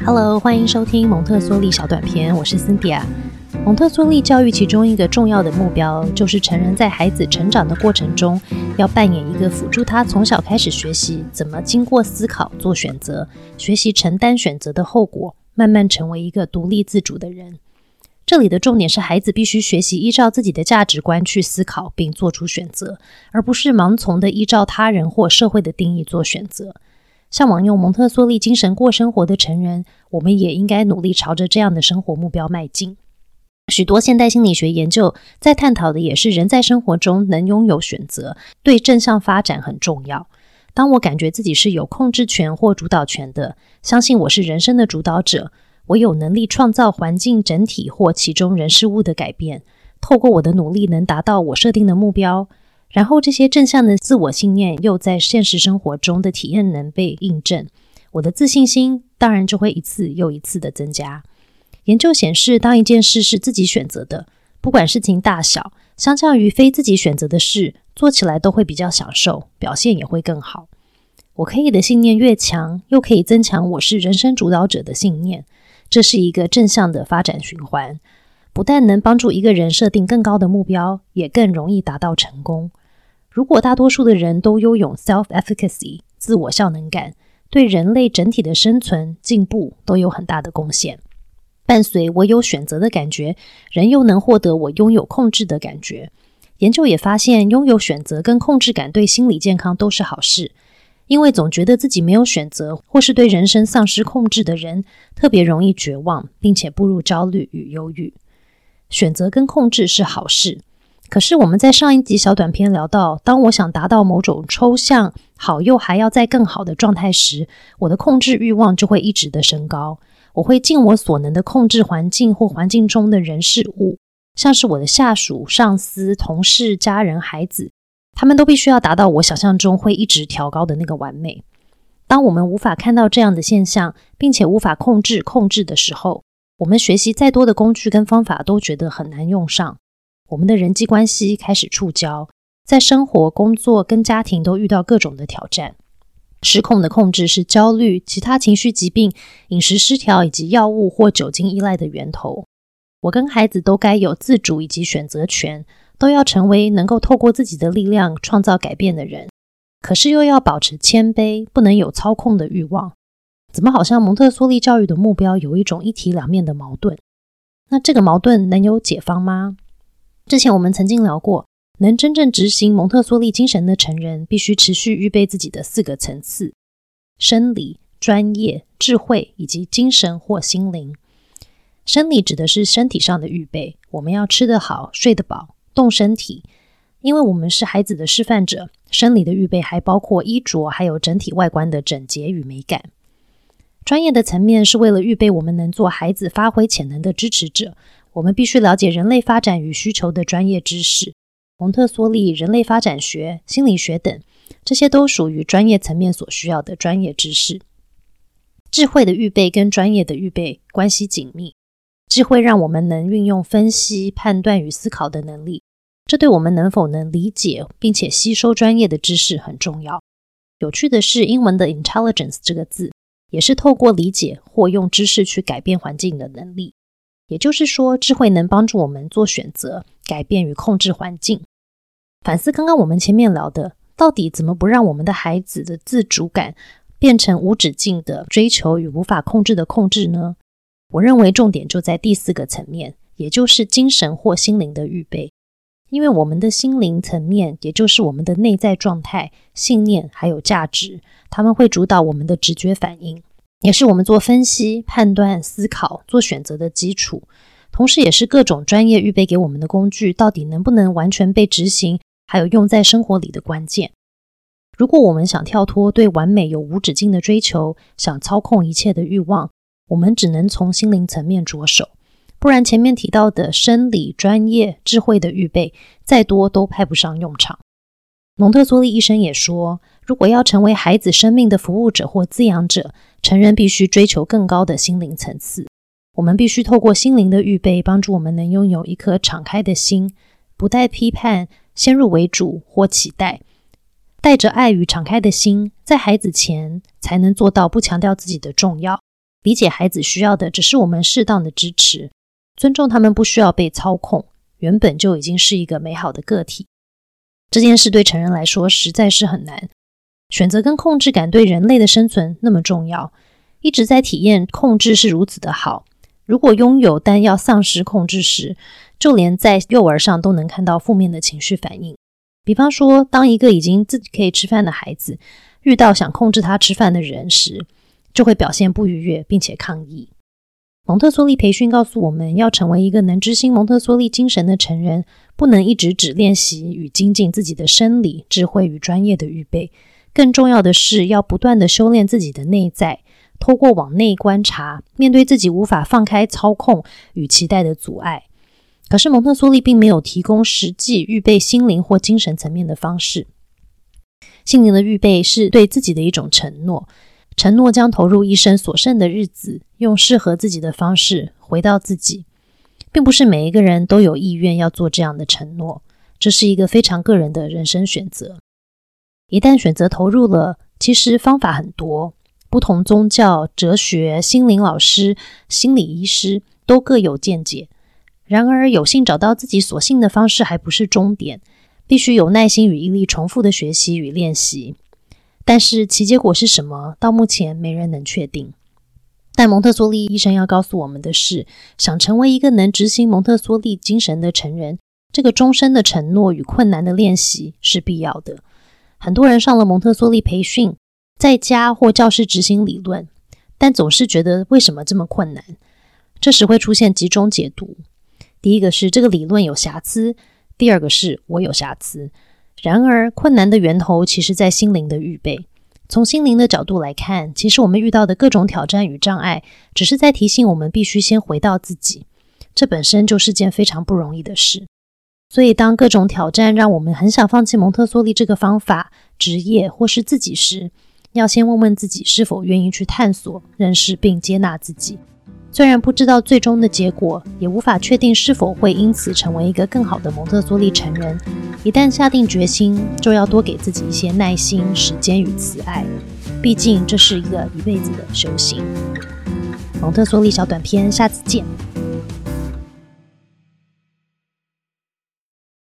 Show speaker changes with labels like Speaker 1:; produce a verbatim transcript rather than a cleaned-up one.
Speaker 1: Hello， 欢迎收听蒙特梭利小短片，我是 Cynthia。蒙特梭利教育其中一个重要的目标，就是成人在孩子成长的过程中，要扮演一个辅助他从小开始学习怎么经过思考做选择，学习承担选择的后果，慢慢成为一个独立自主的人。这里的重点是孩子必须学习依照自己的价值观去思考并做出选择，而不是盲从的依照他人或社会的定义做选择。向往用蒙特梭利精神过生活的成人，我们也应该努力朝着这样的生活目标迈进。许多现代心理学研究在探讨的也是人在生活中能拥有选择，对正向发展很重要。当我感觉自己是有控制权或主导权的，相信我是人生的主导者，我有能力创造环境整体或其中人事物的改变，透过我的努力能达到我设定的目标，然后这些正向的自我信念又在现实生活中的体验能被印证，我的自信心当然就会一次又一次的增加。研究显示，当一件事是自己选择的，不管事情大小，相较于非自己选择的事，做起来都会比较享受，表现也会更好。我可以的信念越强，又可以增强我是人生主导者的信念，这是一个正向的发展循环，不但能帮助一个人设定更高的目标，也更容易达到成功。如果大多数的人都拥有 self-efficacy 自我效能感，对人类整体的生存进步都有很大的贡献。伴随我有选择的感觉，人又能获得我拥有控制的感觉。研究也发现，拥有选择跟控制感对心理健康都是好事，因为总觉得自己没有选择或是对人生丧失控制的人，特别容易绝望，并且步入焦虑与忧郁。选择跟控制是好事，可是我们在上一集小短片聊到，当我想达到某种抽象好又还要再更好的状态时，我的控制欲望就会一直的升高。我会尽我所能的控制环境或环境中的人事物，像是我的下属、上司、同事、家人、孩子，他们都必须要达到我想象中会一直调高的那个完美。当我们无法看到这样的现象，并且无法控制控制的时候，我们学习再多的工具跟方法都觉得很难用上。我们的人际关系开始触礁，在生活、工作跟家庭都遇到各种的挑战。失控的控制是焦虑、其他情绪疾病、饮食失调以及药物或酒精依赖的源头。我跟孩子都该有自主以及选择权，都要成为能够透过自己的力量创造改变的人，可是又要保持谦卑，不能有操控的欲望。怎么好像蒙特梭利教育的目标有一种一体两面的矛盾？那这个矛盾能有解方吗？之前我们曾经聊过，能真正执行蒙特梭利精神的成人，必须持续预备自己的四个层次：生理、专业、智慧以及精神或心灵。生理指的是身体上的预备，我们要吃得好、睡得饱、动身体。因为我们是孩子的示范者，生理的预备还包括衣着，还有整体外观的整洁与美感。专业的层面是为了预备我们能做孩子发挥潜能的支持者，我们必须了解人类发展与需求的专业知识。蒙特梭利、人类发展学、心理学等，这些都属于专业层面所需要的专业知识。智慧的预备跟专业的预备关系紧密，智慧让我们能运用分析、判断与思考的能力，这对我们能否能理解并且吸收专业的知识很重要。有趣的是，英文的 intelligence 这个字，也是透过理解或用知识去改变环境的能力。也就是说，智慧能帮助我们做选择、改变与控制环境。反思刚刚我们前面聊的，到底怎么不让我们的孩子的自主感变成无止境的追求与无法控制的控制呢？我认为重点就在第四个层面，也就是精神或心灵的预备。因为我们的心灵层面，也就是我们的内在状态、信念还有价值，它们会主导我们的直觉反应，也是我们做分析、判断、思考、做选择的基础，同时也是各种专业预备给我们的工具到底能不能完全被执行，还有用在生活里的关键。如果我们想跳脱对完美有无止境的追求，想操控一切的欲望，我们只能从心灵层面着手，不然前面提到的生理、专业、智慧的预备，再多都派不上用场。蒙特梭利医生也说，如果要成为孩子生命的服务者或滋养者，成人必须追求更高的心灵层次。我们必须透过心灵的预备，帮助我们能拥有一颗敞开的心，不带批判、先入为主或期待，带着爱与敞开的心，在孩子前才能做到不强调自己的重要， 理解孩子需要的只是我们适当的支持，尊重他们不需要被操控，原本就已经是一个美好的个体。这件事对成人来说实在是很难，选择跟控制感对人类的生存那么重要，一直在体验控制是如此的好。如果拥有但要丧失控制时，就连在幼儿上都能看到负面的情绪反应。比方说，当一个已经自己可以吃饭的孩子遇到想控制他吃饭的人时，就会表现不愉悦并且抗议。蒙特梭利培训告诉我们，要成为一个能执行蒙特梭利精神的成人，不能一直只练习与精进自己的生理、智慧与专业的预备，更重要的是要不断的修炼自己的内在，透过往内观察，面对自己无法放开操控与期待的阻碍。可是蒙特梭利并没有提供实际预备心灵或精神层面的方式。心灵的预备是对自己的一种承诺，承诺将投入一生所剩的日子，用适合自己的方式回到自己。并不是每一个人都有意愿要做这样的承诺，这是一个非常个人的人生选择。一旦选择投入了，其实方法很多，不同宗教、哲学、心灵老师、心理医师都各有见解。然而有幸找到自己所信的方式还不是终点，必须有耐心与毅力重复的学习与练习。但是其结果是什么，到目前没人能确定。但蒙特梭利医生要告诉我们的是，想成为一个能执行蒙特梭利精神的成人，这个终身的承诺与困难的练习是必要的。很多人上了蒙特梭利培训，在家或教室执行理论，但总是觉得为什么这么困难？这时会出现几种解读。第一个是这个理论有瑕疵，第二个是我有瑕疵。然而困难的源头其实在心灵的预备。从心灵的角度来看，其实我们遇到的各种挑战与障碍，只是在提醒我们必须先回到自己，这本身就是件非常不容易的事。所以当各种挑战让我们很想放弃蒙特梭利这个方法、职业或是自己时，要先问问自己是否愿意去探索、认识并接纳自己。虽然不知道最终的结果，也无法确定是否会因此成为一个更好的蒙特梭利成人，一旦下定决心，就要多给自己一些耐心、时间与慈爱，毕竟这是一个一辈子的修行。蒙特梭利小短片，下次见。